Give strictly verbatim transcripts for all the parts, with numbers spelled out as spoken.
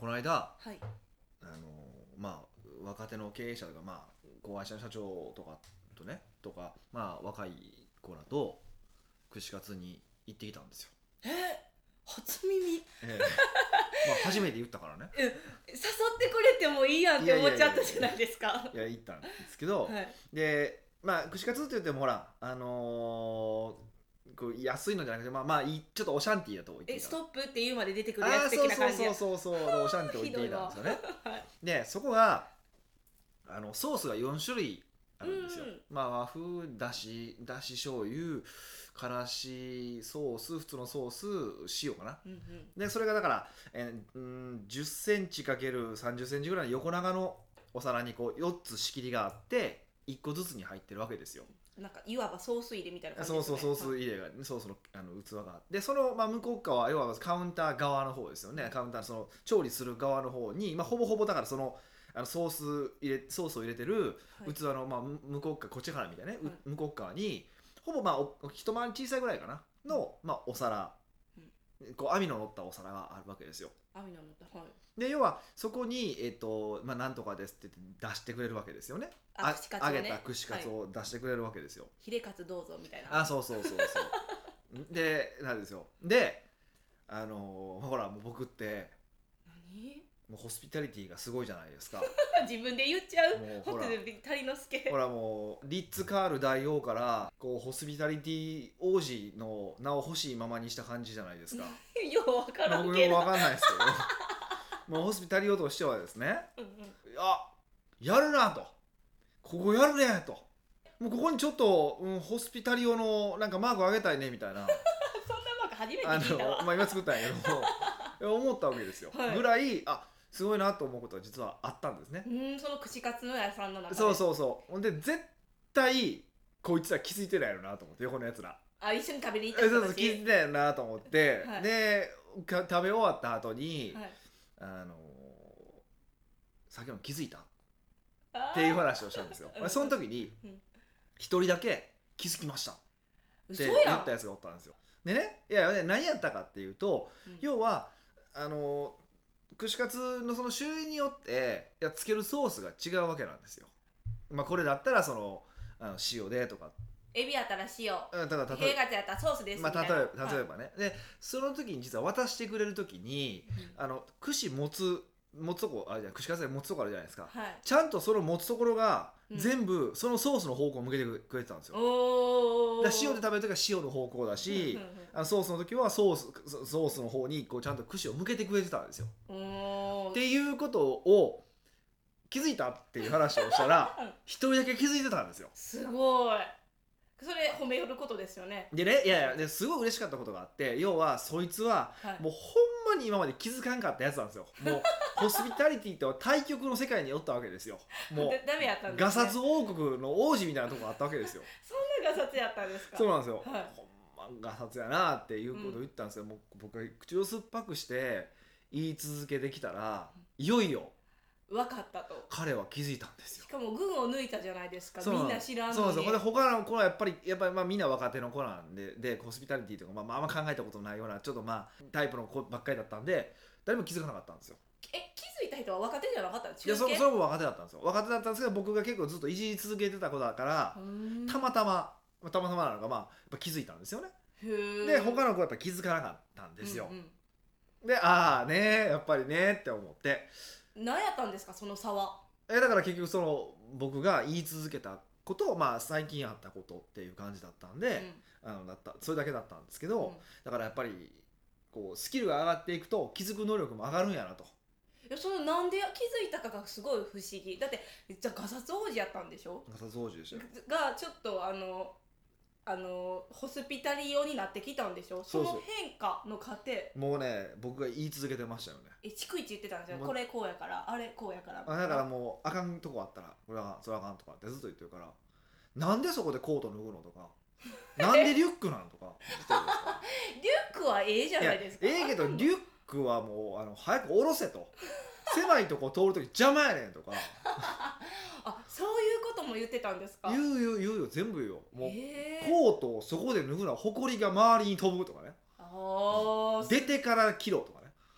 この間はい。 あのまあ若手の経営者とかまあ子会社の社長とかとねとかまあ若い子らと串カツに行ってきたんですよ。 えー、初耳。 ええまあ初めて言ったからね。 誘ってくれてもいいやんって思っちゃったじゃないですか。 いや行ったんですけど、 はい。 でまあ串カツって言ってもほらあのーこう安いのじゃなくてまあまあいいちょっとオシャンティーだと言ってえ、 いた。 ストップって言うまで出てくるあやつ的あそうそうな感じや。 そうそうそうオシャンティーを言っていたんですよね。 はい。 でそこがあのソースがよん種類あるんですよ。 うんうんまあ和風だしだし醤油からしソース普通のソース塩かな。 うんうん。 でそれがだから、えー、うんじゅっセンチかけるさんじゅっセンチぐらいの横長のお皿にこうよっつ仕切りがあっていっこずつに入ってるわけですよ。 なんかいわばソース入れみたいな感じそうですね。 そうソース入れが、ソースの、あの器があってその、まあ、向こう側は要はカウンター側の方ですよね。カウンターのその調理する側の方に、まあ、ほぼほぼだからそのあのソース入れソースを入れてるはい器の、まあ、向こう側こっち側みたいなね、うはい向こう側にほぼまあお一回り小さいぐらいかなの、まあ、お皿、こう網の乗ったお皿があるわけですよ。 網ののはい。 で要はそこに、えっとまあ、なんとかですって言って出してくれるわけですよね。 あ串カツをね揚げた串カツを出してくれるわけですよ。 ヒレカツどうぞみたいな。 あそうそうそうそうでなんですよ。であのーほらもう僕って何？ もうホスピタリティがすごいじゃないですか。 自分で言っちゃう。 もうほらホテルビタリノスケ。 ほらもうリッツ・カール大王からこうホスピタリティ王子の名を欲しいままにした感じじゃないですか。 ようわからん僕けど。 よくわかんないですけどもうホスピタリオとしてはですね、 うんうん。 あやるなと、ここやるねと、もうここにちょっと、うん、ホスピタリオのなんかマークあげたいねみたいなそんなマーク初めてあ聞いたわ。 の、まあ、今作ったんやけど思ったわけですよ、 はいぐらいあすごいなと思うことが実はあったんですね。 うん、その串カツの屋さんの中で。 そうそうそうほんで絶対こいつら気づいてないよなと思って横のやつらあ、一緒に食べに行っえそうそうた人たち。 気づいてないよなと思って、 はいでか食べ終わった後に、 はい。 あのさっきの気づいたっあーていう話をしたんですよ。 うんその時にうん一人だけ気づきましたっ嘘て言やんったやつがおったんですよ。でねいやね何やったかっていうと、 うん要はあの串カツのその種類によっていやつけるソースが違うわけなんですよ。まあこれだったらそのあの塩でとか、 エビやったら塩、 うんただヒレ例えカツやったらソースですみたいな。 ばまあ例えば例えはいばね、でその時に実は渡してくれる時にあの串持つ持つとこあれじゃない串カツで持つとこあるじゃないですか。 はい。 ちゃんとその持つところがうん全部そのソースの方向を向けてくれてたんですよ。 おー。 だから塩で食べる時は塩の方向だし、あのソースの時はソースソソースの方にこうちゃんと串を向けてくれてたんですよ。 おー。 っていうことを気づいたっていう話をしたらうん一人だけ気づいてたんですよ。 すごい。それ褒めよることですよね。 でねいやいやですごい嬉しかったことがあって、要はそいつははい。 もうほんまに今まで気づかんかったやつなんですよ。もうホスピタリティと対極の世界におったわけですよ。もうだダメやったんです、ね。 ガサツ王国の王子みたいなとこがあったわけですよ。 そんなガサツやったんですか。 そうなんですよ、 はいほんまガサツやなっていうことを言ったんですよ、もう僕が口を酸っぱくして言い続けてきたらいよいよ分かったと。 彼は気づいたんですよ。 しかも群を抜いたじゃないですか。 そうなんみんな知らんのに。 そうなんですよ。で他の子はやっぱりやっぱりまあみんな若手の子なんで、でホスピタリティとか、まあ、まああんま考えたことないようなちょっとまあタイプの子ばっかりだったんで誰も気づかなかったんですよ。 え、気づいた人は若手じゃなかったんですいやそ中堅それも若手だったんですよ。若手だったんですけど僕が結構ずっといじり続けてた子だからうーんたまたまたまたまなのかまあやっぱ気づいたんですよね。 へーで他の子はやっぱ気づかなかったんですよ。 うんでああねやっぱりねって思ってうん、何やったんですかその差は。 えだから結局その僕が言い続けたことをまあ最近あったことっていう感じだったんで、あのだったそれだけだったんですけど、 うんだからやっぱりこうスキルが上がっていくと気づく能力も上がるんやなと。 いやそのなんで気づいたかがすごい不思議だって。じゃあガサツ王子やったんでしょガサツ王子でしたよ。 がちょっとあのあのホスピタリ用になってきたんでしょ。 そうそうその変化の過程。 もうね僕が言い続けてましたよね。 え逐一言ってたんですよ。 もうこれこうやからあれこうやから。 あだからもうあかんとこあったらこれはそれはあかんとかってずっと言ってるからなんでそこでコート脱ぐのとかなんでリュックなんとか言ってるんですかリュックはええじゃないですか。 いやええけどリュックはもうあの早く下ろせと狭いとこ通るとき邪魔やねんとかあ、そういうことも言ってたんですか。 言う言う言うよ全部言うよもうへーコートをそこで脱ぐのはほこりが周りに飛ぶとかねあー出てから着ろとかね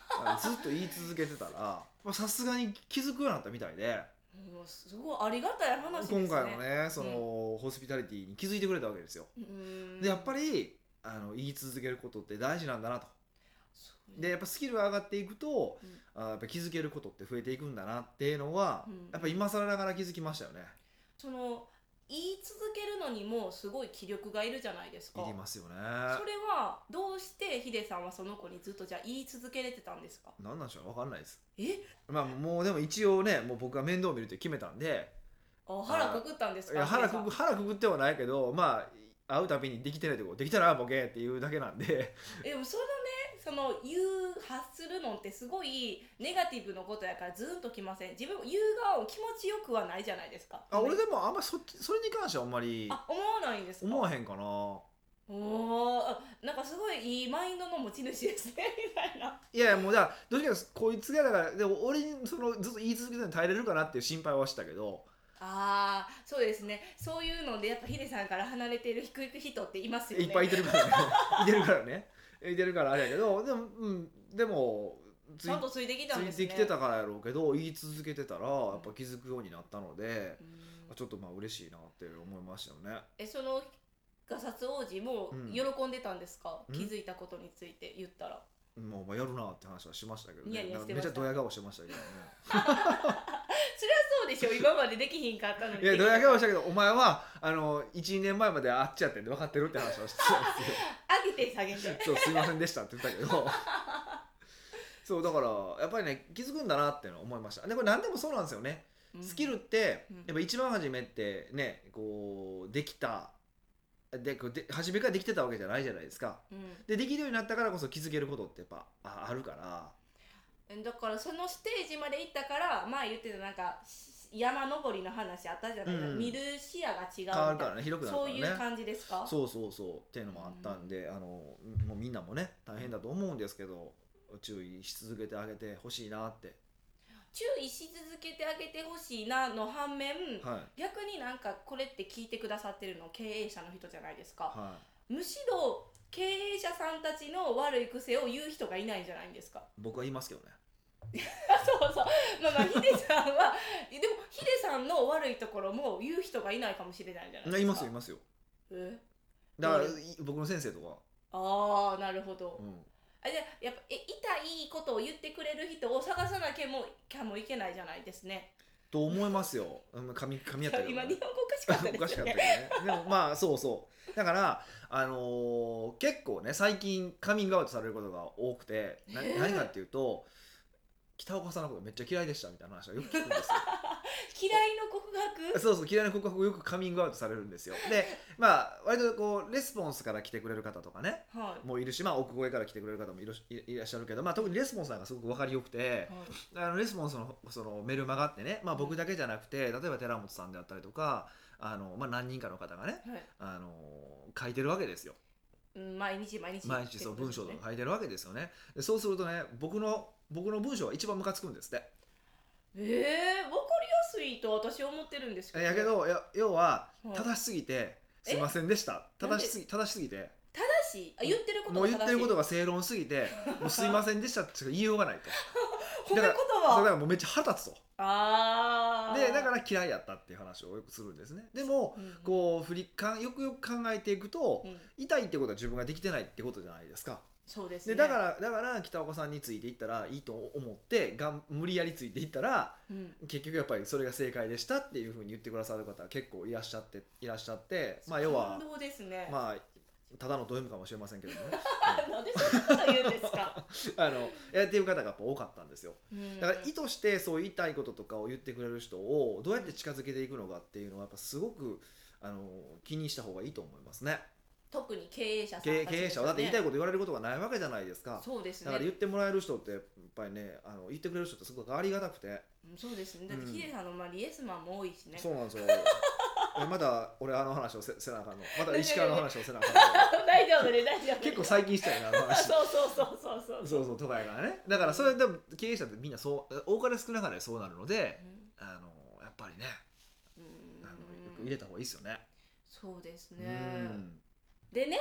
ずっと言い続けてたらさすがに気づくようになったみたいで、 もうすごいありがたい話ですね。 今回のねその、うん、ホスピタリティに気づいてくれたわけですよ。でやっぱりあの言い続けることって大事なんだなと。でやっぱスキルが上がっていくと、うん、あやっぱ気づけることって増えていくんだなっていうのは、うん、やっぱ今更ながら気づきましたよね。 その言い続けるのにもすごい気力がいるじゃないですか。 いりますよね。 それはどうしてヒデさんはその子にずっとじゃあ言い続けれてたんですか？ なんなんでしょう分かんないです。 えまあもうでも一応ねもう僕が面倒を見るって決めたんで、 あ腹くくったんですか？ いや腹くく腹くくってはないけど、まあ会うたびにできてないとこできたらボケっていうだけなんでえでもそのねその言う発するのってすごいネガティブのことやからずっときません。自分言う側も気持ちよくはないじゃないですか。 あ俺でもあんまり そ, それに関してはあんまりあ思わないんですか？ 思わへんかな。 おーなんかすごいいいマインドの持ち主ですねみたいな。 いやいやもうだからどっちかというとこいつがだからでも俺にそのずっと言い続けてるのに耐えれるかなっていう心配はしたけど。 ああそうですね。そういうのでやっぱヒデさんから離れている低い人っていますよね。 いっぱいいてるからねいてるからねいてるからあれやけどでも、うん、でもちゃんとついてきたんですね。 ついてきてたからやろうけど言い続けてたらやっぱ気づくようになったので、うん、ちょっとまあ嬉しいなって思いましたよね。 えそのガサツ王子も喜んでたんですか？うん、気づいたことについて言ったら。 もうやるなって話はしましたけどね。 いやいやしてめっちゃドヤ顔してましたけどねそりゃそうでしょ今までできひんかったのに。 いやドヤ顔したけどお前はあの いち,に 年前まであっちやってんで分かってるって話をしてたんですよ上げて下げてそうすいませんでしたって言ったけどそうだからやっぱりね気づくんだなっていうのは思いました。でこれ何でもそうなんですよね、うん、スキルってやっぱ一番初めってねこうできたでこうで初めからできてたわけじゃないじゃないですか、うん、でできるようになったからこそ気づけることってやっぱ あ, あるからだからそのステージまで行ったから前言ってたなんか山登りの話あったじゃないですか、うん、見る視野が違うみたいな変わるからね広くなるからね。 そういう感じですか？ そうそうそうっていうのもあったんで、うん、あのもうみんなもね大変だと思うんですけど注意し続けてあげてほしいなって。 注意し続けてあげてほしいなの反面、 はい、 逆になんかこれって聞いてくださってるの経営者の人じゃないですか、 はい、 むしろ経営者さんたちの悪い癖を言う人がいないんじゃないんですか？ 僕は言いますけどねそうそうまあまあヒデさんはでもヒデさんの悪いところも言う人がいないかもしれないじゃないですか。 いますよいますよ。 えだから僕の先生とか。 ああなるほど、 うんあじゃやっぱえ痛いことを言ってくれる人を探さなきゃもきゃもいけないじゃないですね。 と思いますよ。髪髪やったけど、ね、 今日本語おかしかったですよね。 おかしかったけどね。でもまあそうそうだからあのー、結構ね最近カミングアウトされることが多くてな何かっていうと北岡さんのことめっちゃ嫌いでしたみたいな話をよく聞くんですよ嫌いの告白そうそう嫌いな告白をよくカミングアウトされるんですよ。でまあ割とこうレスポンスから来てくれる方とかね、はい、もういるし、まあ、奥越えから来てくれる方もいるいらっしゃるけど、まあ、特にレスポンスなんかすごく分かりよくて、はい、あのレスポンス の, そのメルマガあってね、まあ、僕だけじゃなくて例えば寺本さんであったりとかあの、まあ、何人かの方がね、はい、あの書いてるわけですよ。 毎日毎日毎日そう文章とか書いてるわけですよね。でそうするとね僕の僕の文章が一番ムカつくんですって。 えー、分かりやすいと私は思ってるんですけど、ね、 やけどや要は正しすぎて、すいませんでした正しすぎ正しすぎて正しいあ言ってることが正しいもう言ってることが正論すぎてもうすいませんでしたって言いようがないと褒め言葉だからもうめっちゃ腹立つとあでだから嫌いやったっていう話をよくするんですね。でも、うんうん、こう振りかよくよく考えていくと、うん、痛いってことは自分ができてないってことじゃないですか。 そうですね、 でだからだから北岡さんについていったらいいと思ってがん無理やりついていったら、うん、結局やっぱりそれが正解でしたっていうふうに言ってくださる方は結構いらっしゃっていらっしゃってまあ要は感動ですね。 まあただのド M かもしれませんけどねなんでそんなこと言うんですかあのやってる方がやっぱ多かったんですよ。だから意図してそう言いたいこととかを言ってくれる人をどうやって近づけていくのかっていうのはやっぱすごくあの気にした方がいいと思いますね。 特に経営者さんたちですよね。 経営者はだって言いたいこと言われることがないわけじゃないですか。 そうですね。 だから言ってもらえる人ってやっぱりねあの言ってくれる人ってすごくありがたくて。 そうですね。だってヒデさんの周りイエスマンも多いしね。 そうなんですよまだ俺あの話を せ, せなあかんのまだ石川の話をせなあかんの大丈夫で大丈夫結構最近したよねあの話そうそうそうそうそうそうそう都会からね。だからそれでも経営者ってみんなそう多かれ少なかれそうなるので、うん、あのやっぱりねうんあのよく入れた方がいいですよね。 そうですね、 うんでね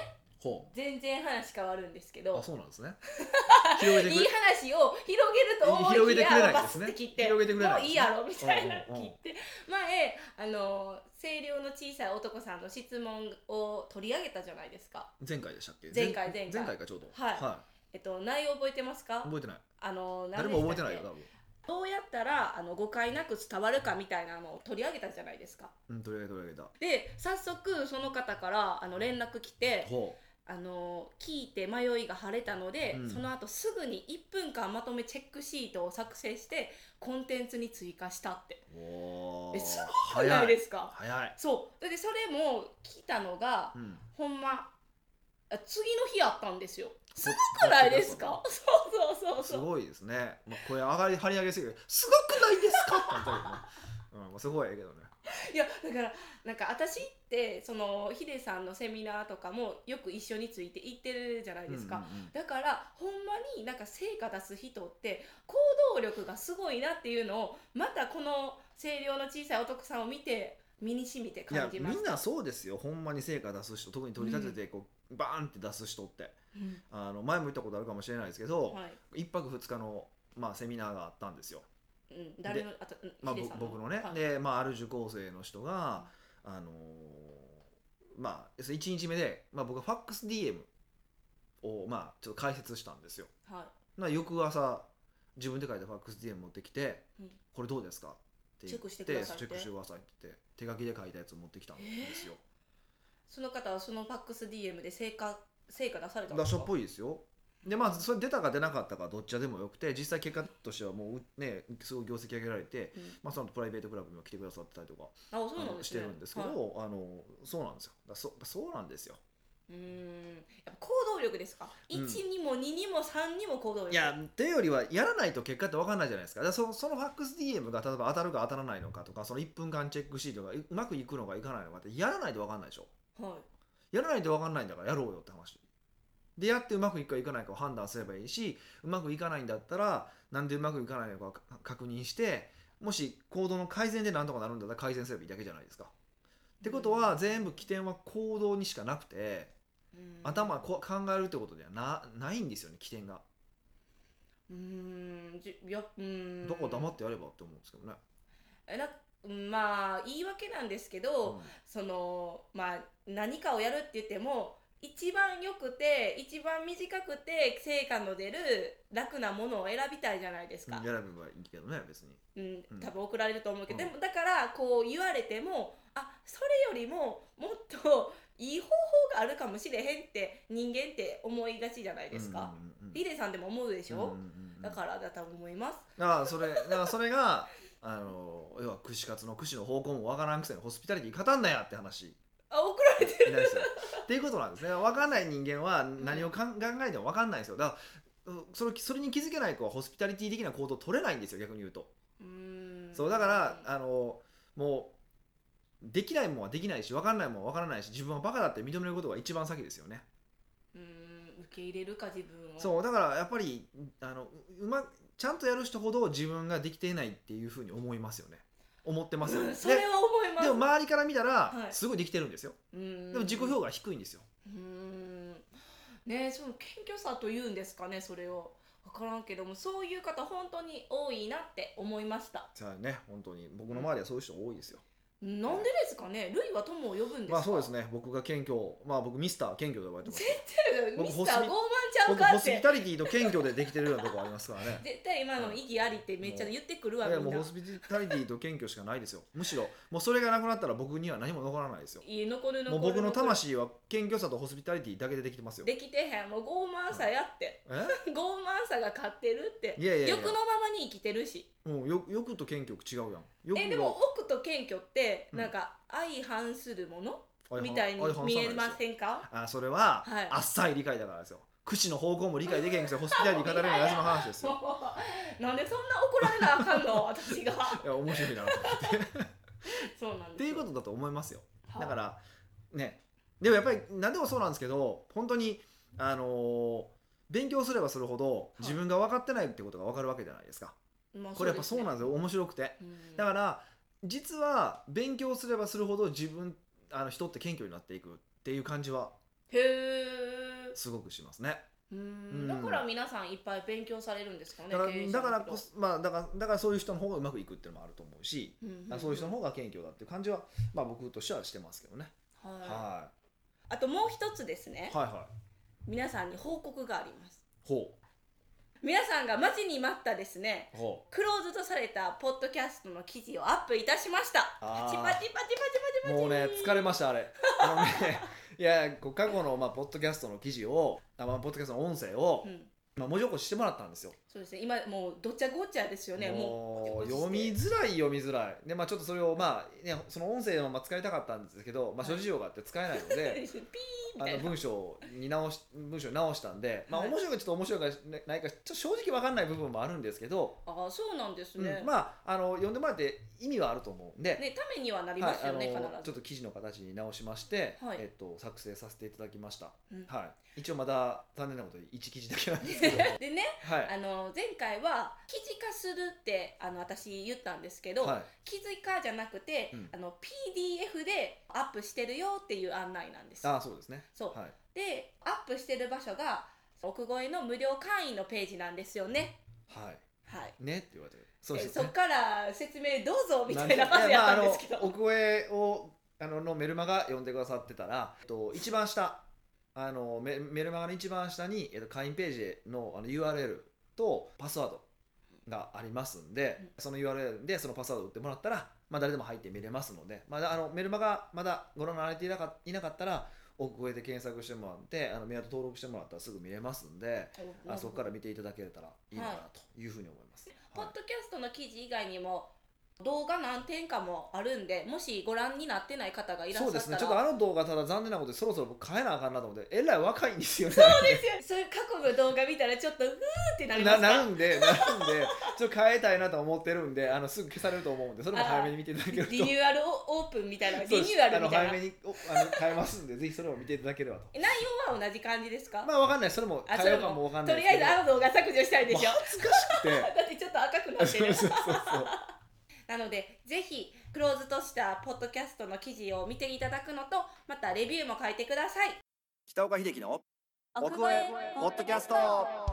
ほう全然話変わるんですけど、 あそうなんですね広げてくれいい話を広げると思いきや広げてくれないですねバスって切って広げてくれないですねもういいやろみたいなうんうんうん切って前あの声量の小さい男さんの質問を取り上げたじゃないですか。 前回でしたっけ前回前回前回かちょうどはい、 はえっと内容覚えてますか？ い、覚えてないあの誰も覚えてないよ多分どうやったらあの誤解なく伝わるかみたいなのを取り上げたじゃないですか。 うん取り上げ取り上げたで早速その方からあの連絡来て、 ほあの聞いて迷いが晴れたので、 うんその後すぐにいっぷんかんまとめチェックシートを作成してコンテンツに追加したって。 うおーえすごくないですか？ 早いそうでそれも聞いたのが、 うんほんまあ次の日やったんですよ。すこごくないですか？そうそうそうすそうごいですね、まあ、これ上がり張り上げすぎるすごくないですかって言ったけどね、うんまあ、すごいけどねいやだからなんか私ってそのヒデさんのセミナーとかもよく一緒について行ってるじゃないですか、 うんうんうんだからほんまになんか成果出す人って行動力がすごいなっていうのをまたこの声量の小さい男さんを見て身に染みていや感じました。 みんなそうですよほんまに成果出す人特に取り立ててこう、バーンって出す人ってうんあの前も言ったことあるかもしれないですけど、 はいいっぱくふつかの、まあ、セミナーがあったんですよ、 うん、誰のあと、うんまあ、 ヒデさん僕僕のね、 はいで、まあ、ある受講生の人が、あのーまあ、いちにちめで、まあ、僕がファックス ディーエム を、まあ、ちょっと解説したんですよ。 はいな翌朝自分で書いたファックス ディーエム 持ってきて、 うんこれどうですかって言ってチェックしてくださいってチェックしてくださいって言って手書きで書いたやつを持ってきたんですよ。 その方はそのファックス ディーエム で成果成果出されたんだしょですか？ っぽいですよ。でまあそれ出たか出なかったかどっちでもよくて実際結果としてはもうねすごい業績上げられて、 うんまあ、その後プライベートクラブにも来てくださってたりとかあそうなんあのですね。 してるんですけど、 はいあのそうなんですよだそそうなんですよ。 うーんやっぱ行動力ですか、 うんいちにもににもさんにも行動力。 いやっていうよりはやらないと結果って分かんないじゃないですか。だからそそのファックス ディーエム が例えば当たるか当たらないのかとかそのいっぷんかんチェックシートがううまくいくのかいかないのかってやらないと分かんないでしょ。 はいやらないと分かんないんだからやろうよって話で、やってうまくいくかいかないかを判断すればいいし、うまくいかないんだったらなんでうまくいかないのか確認して、もし行動の改善でなんとかなるんだったら改善すればいいだけじゃないですか。ってことは全部起点は行動にしかなくて、 うん頭こ考えるってことでは な, ないんですよね起点が。 うーんじいやうーんだから黙ってやればって思うんですけどね。 えなまあ言い訳なんですけど、 うんそのまあ何かをやるって言っても一番良くて一番短くて成果の出る楽なものを選びたいじゃないですか。 選べばいいけどね別に。 うん、多分送られると思うけど、 うんでもだからこう言われてもあそれよりももっといい方法があるかもしれへんって人間って思いがちじゃないですか。 うんうんうんうんヒデさんでも思うでしょ、 うんうんうんうんだからだと思います。 だからそれだからそれがあの要は串カツの串の方向もわからんくせにホスピタリティ語んなやって話あ送られてるなんですよ。っていうことなんですね。分かんない人間は何をかん考えても分かんないんですよ。だからうそれそれに気づけない子はホスピタリティ的な行動を取れないんですよ逆に言うと。 うーんそうだからあのもうできないもんはできないし分かんないもんは分からないし自分はバカだって認めることが一番先ですよね。 うーん受け入れるか自分を。 そうだからやっぱりあのうまちゃんとやる人ほど自分ができていないっていうふうに思いますよね。思ってますよね。 うんそれは思います。 ででも周りから見たらはいすごいできてるんですよ。 うーんでも自己評価が低いんですよ。 うーんねその謙虚さというんですかねそれを分からんけどもそういう方本当に多いなって思いました。 さあね本当に僕の周りはそういう人多いですよ。 なんでですかね。ルイは友を呼ぶんですか。 まあそうですね僕が謙虚まあ僕ミスター謙虚と呼ばれてます絶対ミ僕ホスピスター傲慢ちゃう僕かってホスピタリティと謙虚でできてるようなとこありますからね。 絶対今の意義ありってめっちゃ言ってくるわいみんな。 やもうホスピタリティと謙虚しかないですよ。むしろもうそれがなくなったら僕には何も残らないですよ。 いい残る残るもう僕の残る魂は謙虚さとホスピタリティだけでできてますよ。 できてへん。もう傲慢さやってえ傲慢さが勝ってるって。 いやいやいや欲のままに生きてるし。 もうよ欲と謙虚違うやん。欲えでも奥と謙虚ってなんか相反するもの、 相反みたいに相反さない見ですよえませんか。 あそれは、 はいあっさい理解だからですよ。口の方向も理解できへんくせホスピタリティ語れるのやつの話ですよ。 もうなんでそんな怒られなあかんの私がいや面白いなと思ってそうなんですよっていうことだと思いますよ。 はあだからねでもやっぱり何でもそうなんですけど本当にあのー勉強すればするほど自分が分かってないってことが分かるわけじゃないですか。 まあこれやっぱそうなんですよ面白くて。 うんだから実は勉強すればするほど自分あの人って謙虚になっていくっていう感じはへえ。 すごくしますね。 うーん、だから皆さんいっぱい勉強されるんですかね。 だから経営者だからの人こそ、まあ、だからだからそういう人の方がうまくいくっていうのもあると思うし、 うんうんうん、 そういう人の方が謙虚だっていう感じは、まあ、僕としてはしてますけどね。 はい、 はあともう一つですね、 い、はいはい皆さんに報告があります。 ほ皆さんが待ちに待ったですね、 うほクローズとされたポッドキャストの記事をアップいたしました。 あーパチパチパチパチパチパチ。 うもうね疲れましたあれあのねいやこう過去の、まあ、ポッドキャストの記事を、あ、まあ、ポッドキャストの音声を、 うんまあ、文字起こししてもらったんですよ。 そうですね、今もうどっちゃごっちゃですよね。 もう読みづらい読みづらいで、まあ、ちょっとそれを、まあね、その音声をまあ使いたかったんですけど、まあ、諸事情があって使えないので、 ピーみあのたいな。 文章に直し文章に直したんで、まあ、 はい面白いかちょっと面白いかないかちょっと正直分かんない部分もあるんですけど、 ああ、そうなんですね。 うん、まああの読んでもらって意味はあると思うんで、 ね、ためにはなりますよね、 はい、あの必ず。 ちょっと記事の形に直しまして、 はいえっと、作成させていただきました、 うんはい、一応まだ残念なことにいち記事だけなんですけどでね、 はいあの前回は記事化するってあの私言ったんですけど、 はい記事化じゃなくて、 うんあの ピーディーエフ でアップしてるよっていう案内なんですよ。 ああそうですねそう、 はいでアップしてる場所が奥越えの無料会員のページなんですよね。 はいはい、 ねって言われてるそうですえそっねから説明どうぞみたいな感じいやまあやったんですけど、 あの奥越えをあののメルマガ読んでくださってたら、えっと、一番下あのメメルマガの一番下に、えっと、会員ページの、あの ユーアールエル とパスワードがありますんで、うん、その ユーアールエル でそのパスワードを打ってもらったら、まあ、誰でも入って見れますので、まあ、あのメルマガまだご覧になられていなかいなかったら奥越えで検索してもらってあのメアド登録してもらったらすぐ見れますんで、うん、あそこから見ていただけたらいいのかなというふうに思います、はいポッドキャストの記事以外にも動画何点かもあるんで、もしご覧になってない方がいらっしゃったら、 そうですね、ちょっとあの動画ただ残念なことでそろそろ僕変えなあかんなと思ってえらい若いんですよね。 そうですよ、そういう過去の動画見たらちょっとうーってなりますか。 な, なるんでなるんでちょっと変えたいなと思ってるんで、あのすぐ消されると思うんでそれも早めに見ていただけるとリニューアルオープンみたいなリニューアルみたいなあの早めにあの変えますんでぜひそれを見ていただければと。 内容は同じ感じですか。 まあわかんない、それも変えようかもわかんないですけど、 とりあえずあの動画削除したいでしょ。 恥ずかしくてだってちょっと赤くなってる。 そうそうそうそうなのでぜひクローズとしたポッドキャストの記事を見ていただくのと、またレビューも書いてください。 北岡秀樹の奥越えポッドキャスト。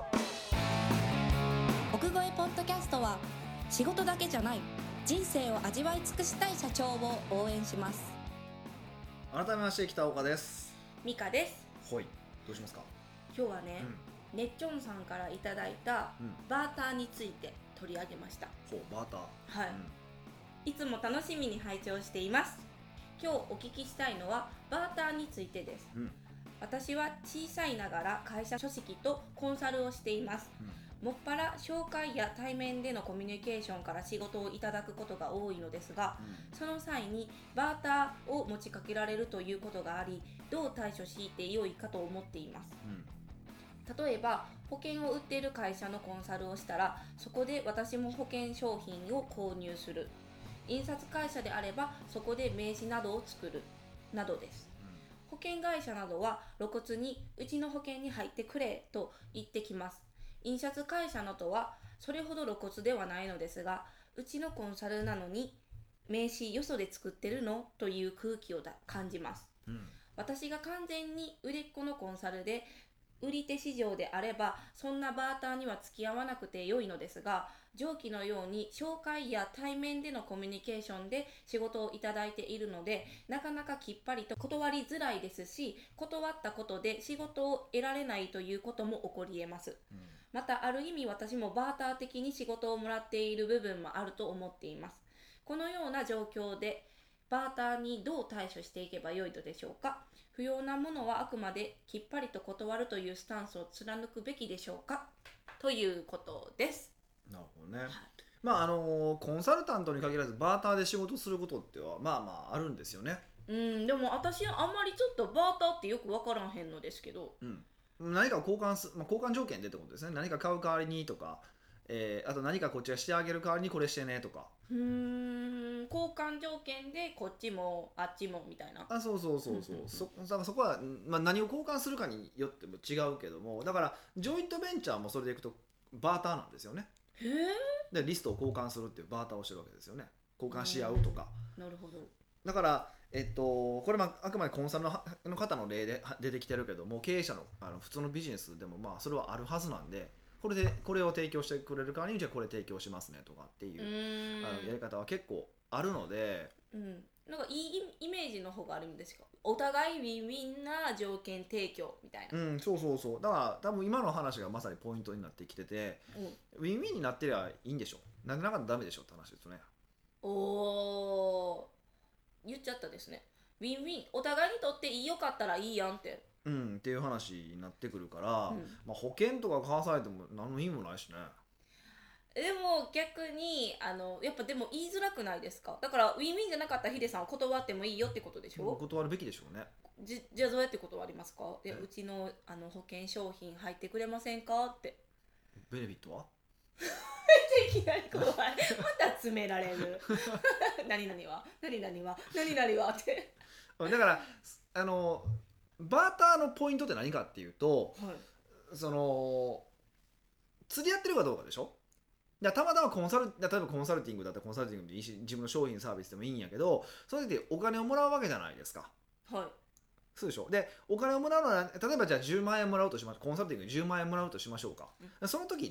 奥越えポッドキャストは仕事だけじゃない人生を味わい尽くしたい社長を応援します。 改めまして北岡です。 ミカです。 ほい、どうしますか。 今日はね、うん、ねっちょんさんからいただいたバーターについて取り上げました。 ほう、バーター。 はい、うんいつも楽しみに拝聴しています。今日お聞きしたいのはバーターについてです、うん、私は小さいながら会社書式とコンサルをしています、うん、もっぱら紹介や対面でのコミュニケーションから仕事をいただくことが多いのですが、うん、その際にバーターを持ちかけられるということがあり、どう対処してよいかと思っています、うん、例えば保険を売っている会社のコンサルをしたら、そこで私も保険商品を購入する、印刷会社であればそこで名刺などを作るなどです、うん、保険会社などは露骨にうちの保険に入ってくれと言ってきます。印刷会社などはそれほど露骨ではないのですが、うちのコンサルなのに名刺よそで作ってるのという空気をだ感じます、うん、私が完全に売れっ子のコンサルで売り手市場であればそんなバーターには付き合わなくて良いのですが、上記のように紹介や対面でのコミュニケーションで仕事をいただいているので、なかなかきっぱりと断りづらいですし、断ったことで仕事を得られないということも起こり得ます、うん、またある意味私もバーター的に仕事をもらっている部分もあると思っています。このような状況でバーターにどう対処していけばよいのでしょうか。不要なものはあくまできっぱりと断るというスタンスを貫くべきでしょうか、ということです。 なるほどね、はい、まああのコンサルタントに限らずバーターで仕事することってはまあまああるんですよね。 うん、でも私あんまりちょっとバーターってよく分からんへんのですけど、 うん、何か交換す、まあ、交換条件でってことですね。何か買う代わりにとか、えー、あと何かこっちがしてあげる代わりにこれしてねとか、 うーん交換条件でこっちもあっちもみたいな。 あ、そうそうそうそう、そだからそこは、まあ、何を交換するかによっても違うけども、だからジョイントベンチャーもそれでいくとバーターなんですよね。 へー。 でリストを交換するっていうバーターをしてるわけですよね。交換し合うとか。 なるほど。 だからえっと、これまああくまでコンサル の, の方の例で出てきてるけども、経営者 の, あの普通のビジネスでもまあそれはあるはずなんで、これでこれを提供してくれる代わりにじゃあこれ提供しますねとかっていうあのやり方は結構あるので、 うん、なんかいいイメージの方があるんですか。お互いウィンウィンな条件提供みたいな。 うん、そうそうそう。だから多分今の話がまさにポイントになってきてて、うん、ウィンウィンになってりゃいいんでしょ。なんでなかったらダメでしょって話ですね。 おー、言っちゃったですね。ウィンウィン、お互いにとっていいよかったらいいやんって、 うん、っていう話になってくるから、うん、まあ、保険とか買わされても何の意味もないしね。 でも逆にあのやっぱでも言いづらくないですか。だからウィンウィンじゃなかったらヒデさんは断ってもいいよってことでしょ。 断るべきでしょうね。 じ, じゃあどうやって断りますか。いやうち の, あの保険商品入ってくれませんかって。 ベネフィットはいきなり怖い。また詰められる。何々は何々は何々はってだからあのバーターのポイントって何かっていうと、はい、その釣り合ってるかどうかでしょ。たまたまコンサル例えばコンサルティングだったらコンサルティングでいいし、自分の商品サービスでもいいんやけど、それでお金をもらうわけじゃないですか。 はい。 そうでしょ。でお金をもらうのは例えばじゃあじゅうまんえんもらうとしましょう。コンサルティングでじゅうまんえんもらうとしましょうか。うん、その時って、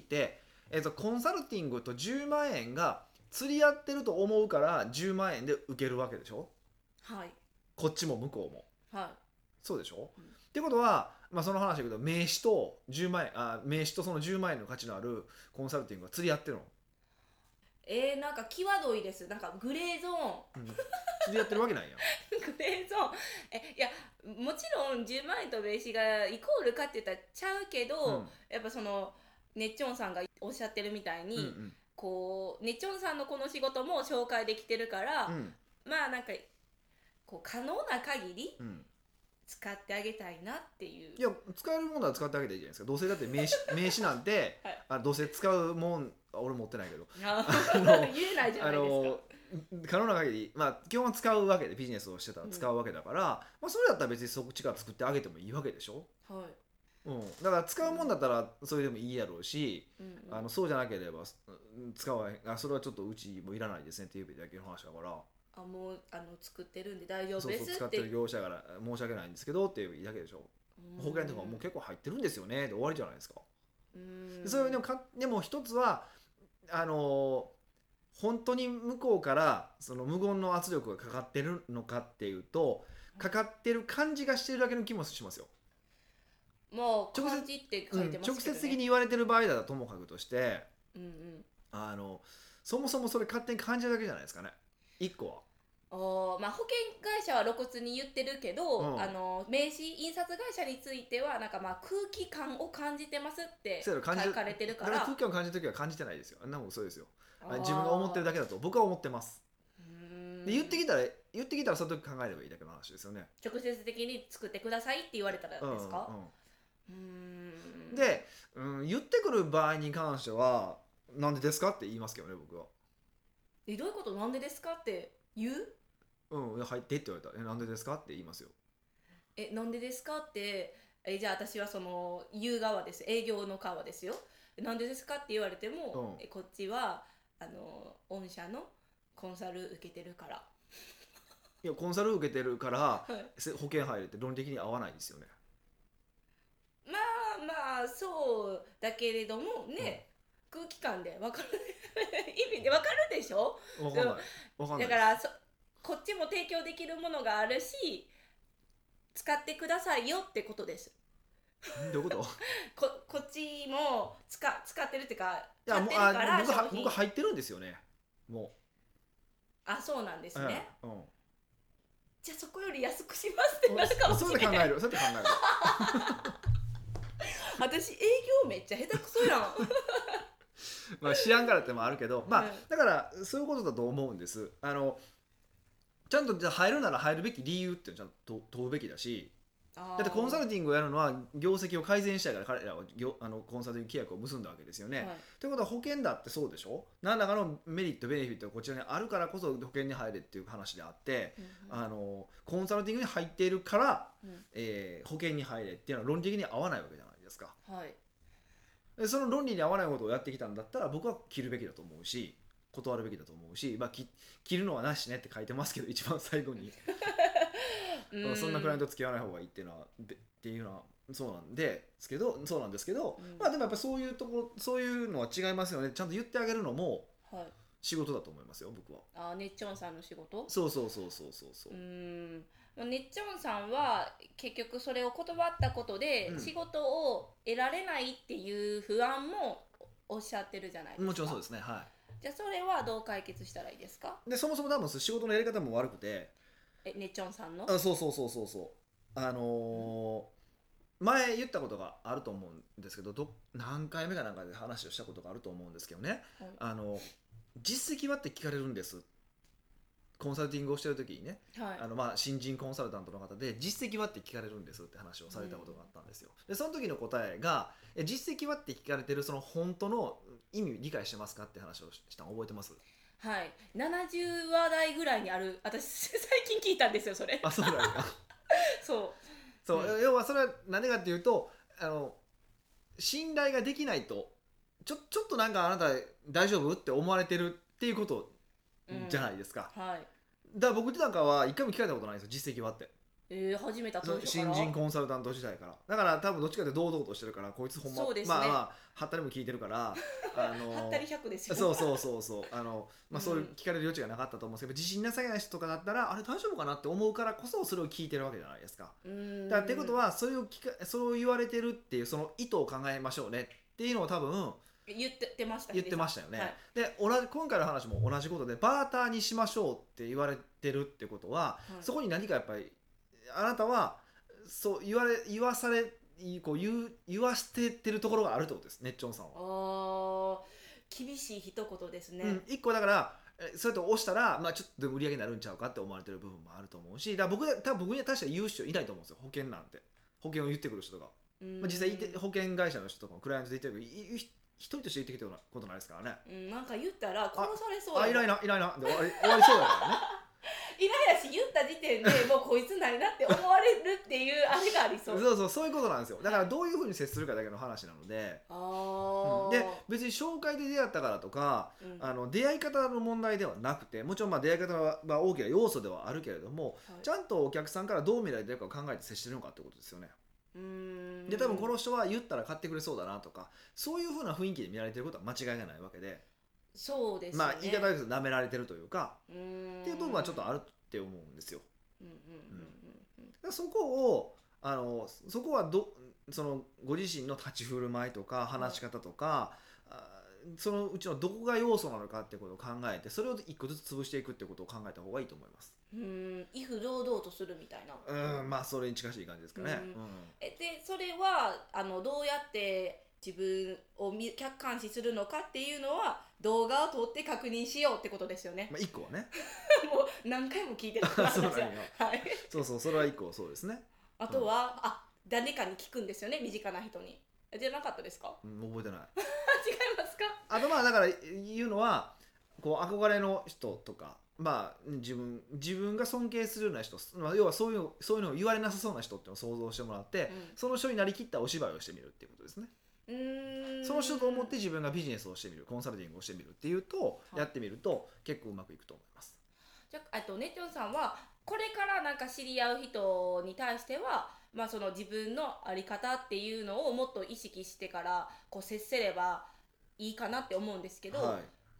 えーと、コンサルティングとじゅうまんえんが釣り合ってると思うからじゅうまんえんで受けるわけでしょ。 はい。 こっちも向こうも。 はい。 そうでしょ。うん、ってことは、まあ、その話だけど名刺とじゅうまんえんあ名刺とそのじゅうまんえんの価値のあるコンサルティングが釣り合ってるの。 えー、なんか際どいです。なんかグレーゾーン、 うん、釣り合ってるわけないやん。 グレーゾーン、えいやもちろんじゅうまんえんと名刺がイコールかって言ったらちゃうけど、うん、やっぱそのねっちょんさんがおっしゃってるみたいに、うんうん、こうねっちょんさんのこの仕事も紹介できてるから、うん、まあなんかこう可能な限り、うん使ってあげたいなっていう。 いや使えるものは使ってあげたらいいじゃないですか。どうせだって名刺、名刺なんて、はい、あどうせ使うもん俺持ってないけどあの言えないじゃないですか。 可能な限り、まあ、基本は使うわけでビジネスをしてたら使うわけだから、うんまあ、それだったら別にそっちから作ってあげてもいいわけでしょ。 はいうん、だから使うもんだったらそれでもいいやろうし、うんうん、あのそうじゃなければ使わへんあそれはちょっとうちもいらないですねっていうだけの話だから。 あもうあの作ってるんで大丈夫ですって。 そうそう使ってる業者から申し訳ないんですけどっていうだけでしょ。保険とかもう結構入ってるんですよねで終わりじゃないですか。うんそれでもかでも一つはあの本当に向こうからその無言の圧力がかかってるのかっていうとかかってる感じがしてるだけの気もしますよ。 もう感じって書いてますけどね、 うん、直接的に言われてる場合だとともかくとして、 うんうん、 あのそもそもそれ勝手に感じるだけじゃないですかねいっこは。 おまあ、保険会社は露骨に言ってるけど、うん、あの名刺印刷会社についてはなんかまあ空気感を感じてますって書かれてるから。だから空気感を感じるときは感じてないですよ。あんなもんそうですよ。自分が思ってるだけだと僕は思ってます。うんで言ってきたら言ってきたらその時考えればいいだけの話ですよね。 直接的に作ってくださいって言われたらですか。 うんうんうん、で、うん、言ってくる場合に関してはなんでですかって言いますけどね僕は。 えどういうことなんでですかって言う。 うん、入ってって言われたらえなんでですかって言いますよ。 えなんでですかってえじゃあ私はその言う側です。営業の側ですよ。なんでですかって言われても、うん、えこっちはあの御社のコンサル受けてるから。 いやコンサル受けてるから、はい、保険入るって論理的に合わないですよね。 まあまあそうだけれどもね、うん、空気感で分かる意味で分かるでしょ。 分かんない分かんないだからそこっちも提供できるものがあるし使ってくださいよってことです。 どういうことこ, こっちも 使, 使ってるっていうか買ってるから僕は僕入ってるんですよねもう。 あそうなんですね、 うんうん、 じゃあそこより安くしますってなるかもしれない。 そうやって考えるそうやって考える私営業めっちゃ下手くそやんまあ知らんからってもあるけど、まあ、だからそういうことだと思うんです。あのちゃんとじゃ入るなら入るべき理由ってちゃんと問うべきだし、だってコンサルティングをやるのは業績を改善したいから彼らはあのコンサルティング契約を結んだわけですよね。はい、ということは保険だってそうでしょ。何らかのメリットベネフィットがこちらにあるからこそ保険に入れっていう話であって、うんうん、あのコンサルティングに入っているから、うんえー、保険に入れっていうのは論理的に合わないわけじゃないですか。 はい、 でその論理に合わないことをやってきたんだったら僕は切るべきだと思うし。 断るべきだと思うし、まあ、き切るのはなしねって書いてますけど一番最後にそんなクライアント付き合わない方がいいっていうのはでっていうのはそうなんですけどそうなんですけど、うん、まあでもやっぱそういうところそういうのは違いますよね。ちゃんと言ってあげるのも仕事だと思いますよ、僕は。 あ、ねっちょんさんの仕事。 そうそうそうそうそうそう。うーん、ねっちょんさんは結局それを断ったことで仕事を得られないっていう不安もおっしゃってるじゃないですか。 もちろんそうですね。はい。 じゃあそれはどう解決したらいいですか。 でそもそも多分仕事のやり方も悪くて、 えねっちょんさんの。 あ、そうそうそうそうそう、あのー、前言ったことがあると思うんですけど、ど何回目かなんかで話をしたことがあると思うんですけどね、はい、あの実績はって聞かれるんです。コンサルティングをしてる時にね、はい、あのまあ新人コンサルタントの方で実績はって聞かれるんですって話をされたことがあったんですよ。でその時の答えが実績はって聞かれてるその本当の意味理解してますかって話をしたの覚えてます？ はい、ななじゅうわだいぐらいにある。私最近聞いたんですよそれ。 あ、そうなんやそうそう、うん、要はそれは何でかっていうと、あの信頼ができないとちょ、ちょっとなんかあなた大丈夫って思われてるっていうことじゃないですか、うん、はい、だから僕なんかは一回も聞かれたことないんですよ、実績はって。 えー、始めた当初から新人コンサルタント時代から。だから多分どっちかって堂々としてるから、こいつほんま、 そうですね、 まあまあはったりも聞いてるからあのはったりひゃくですよ。 そうそうそうそう、あの、まあ、そういう聞かれる余地がなかったと思うんですけど、自信なさげな人とかだったらあれ大丈夫かなって思うからこそそれを聞いてるわけじゃないですか。うーん、だからってことはそれを聞かそれを言われてるっていうその意図を考えましょうねっていうのを多分言ってました言ってましたよね、 はい、 で同じ今回の話も同じことでバーターにしましょうって言われてるってことは、はい、そこに何かやっぱりあなたはそう言われ言わされこう 言, う言わせてってるところがあるってことです、ねっちょんさんは。 あ厳しい一言ですね、 うん、一個だからそれと押したら、まあ、ちょっと売り上げになるんちゃうかって思われてる部分もあると思うし、だから僕多分僕には確かに言う人いないと思うんですよ、保険なんて。保険を言ってくる人とか、まあ、実際保険会社の人とかもクライアントで言ってるけど一人として言ってきたことないですからね、 うん、なんか言ったら殺されそうだ。 ああいないないないなで終わり終わりそうだからねイライラし言った時点でもうこいつないなって思われるっていうあれがありそう。 そうそうそういうことなんですよ。だからどういうふうに接するかだけの話なので、あ、うん、で別に紹介で出会ったからとか、うん、あの出会い方の問題ではなくて、もちろんまあ出会い方は大きな要素ではあるけれども、はい、ちゃんとお客さんからどう見られてるかを考えて接してるのかってことですよね。うーんで多分この人は言ったら買ってくれそうだなとか、そういうふうな雰囲気で見られてることは間違いがないわけで、 そうですね、 まあ言い方ですと舐められてるというかうーんっていう部分はちょっとあるって思うんですよ。そこをあのそこはどそのご自身の立ち振る舞いとか話し方とか、はい、そのうちのどこが要素なのかってことを考えて、それを一個ずつ潰していくってことを考えた方がいいと思います。 うーん、威風堂々とするみたいな。 うん、まあそれに近しい感じですかね。うん、 えでそれはあのどうやって自分を見客観視するのかっていうのは動画を撮って確認しようってことですよね。 まあいっこはねもう何回も聞いてるからそうなんよ、 はい、 そうそう、それはいっこそうですね。 あとは、うん、あ誰かに聞くんですよね、身近な人に。じゃなかったですか？ うん、覚えてない違いますか？ あとまあだから言うのはこう憧れの人とか、まあ自分自分が尊敬するような人、まあ、要はそういうそういうのを言われなさそうな人っていうのを想像してもらって、うん、その人になりきったお芝居をしてみるっていうことですね。うーん、その人と思って自分がビジネスをしてみる、コンサルティングをしてみるっていうと、はい、やってみると結構うまくいくと思います。 じゃあ、あとねっちょんさんはこれからなんか知り合う人に対しては、まあ、その自分の在り方っていうのをもっと意識してからこう接せればいいかなって思うんですけど、はい、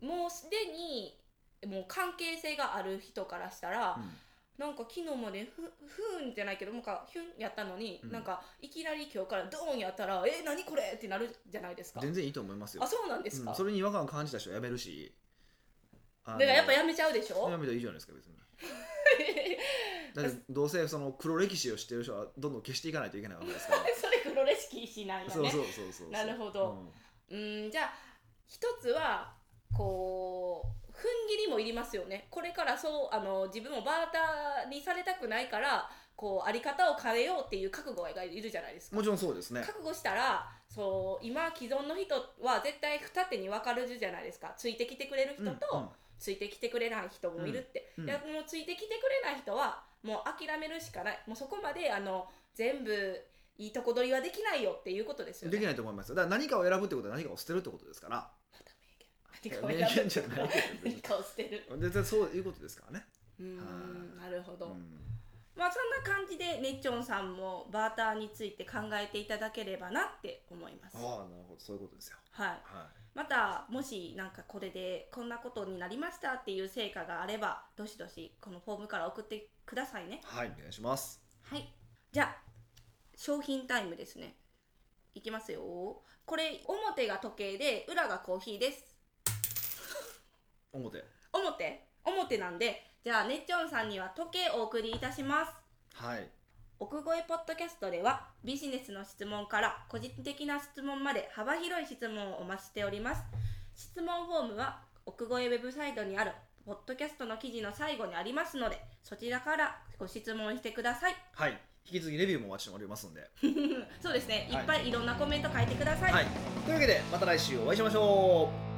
もうすでにもう関係性がある人からしたら、うん、なんか昨日までふふんじゃないけどなんかヒュンやったのに、うん、なんかいきなり今日からドーンやったらえ何これってなるじゃないですか。 全然いいと思いますよ。 あ、そうなんですか、 うん、それに違和感を感じた人はやめるし、 だからやっぱやめちゃうでしょ。 やめたらいいじゃないですか別にだってどうせその黒歴史を知ってる人はどんどん消していかないといけないわけですからそれ黒歴史なんやね。 そうそうそうそう、 なるほど、うん、うんじゃあ一つはこう踏ん切りもいりますよね。これからそうあの自分もバーターにされたくないからこうあり方を変えようっていう覚悟がいるじゃないですか。 もちろんそうですね。 覚悟したらそう今既存の人は絶対二手に分かるじゃないですか。ついてきてくれる人と、うんうん、ついてきてくれない人もいるって、うんうん、いやもうついてきてくれない人はもう諦めるしかない。もうそこまであの全部いいとこ取りはできないよっていうことですよね。 できないと思いますよ。だから何かを選ぶってことは何かを捨てるってことですから。 名言じゃないけど何かを捨てるでそういうことですからね。 うーんなるほど、 うん、 まあそんな感じでねっちょんさんもバーターについて考えていただければなって思います。 ああなるほどそういうことですよ。 はい、はい、またもしなんかこれでこんなことになりましたっていう成果があればどしどしこのフォームから送ってくださいね。 はいお願いします。 はい、じゃあ商品タイムですね。いきますよ。これ表が時計で裏がコーヒーです。 表表表なんで、じゃあねっちょんさんには時計をお送りいたします。 はい。 奥越ポッドキャストではビジネスの質問から個人的な質問まで幅広い質問をお待ちしております。質問フォームは奥越ウェブサイトにあるポッドキャストの記事の最後にありますので、そちらからご質問してください。 はい、引き続きレビューもお待ちしておりますのでそうですね、いっぱいいろんなコメント書いてください。 はい、というわけでまた来週お会いしましょう。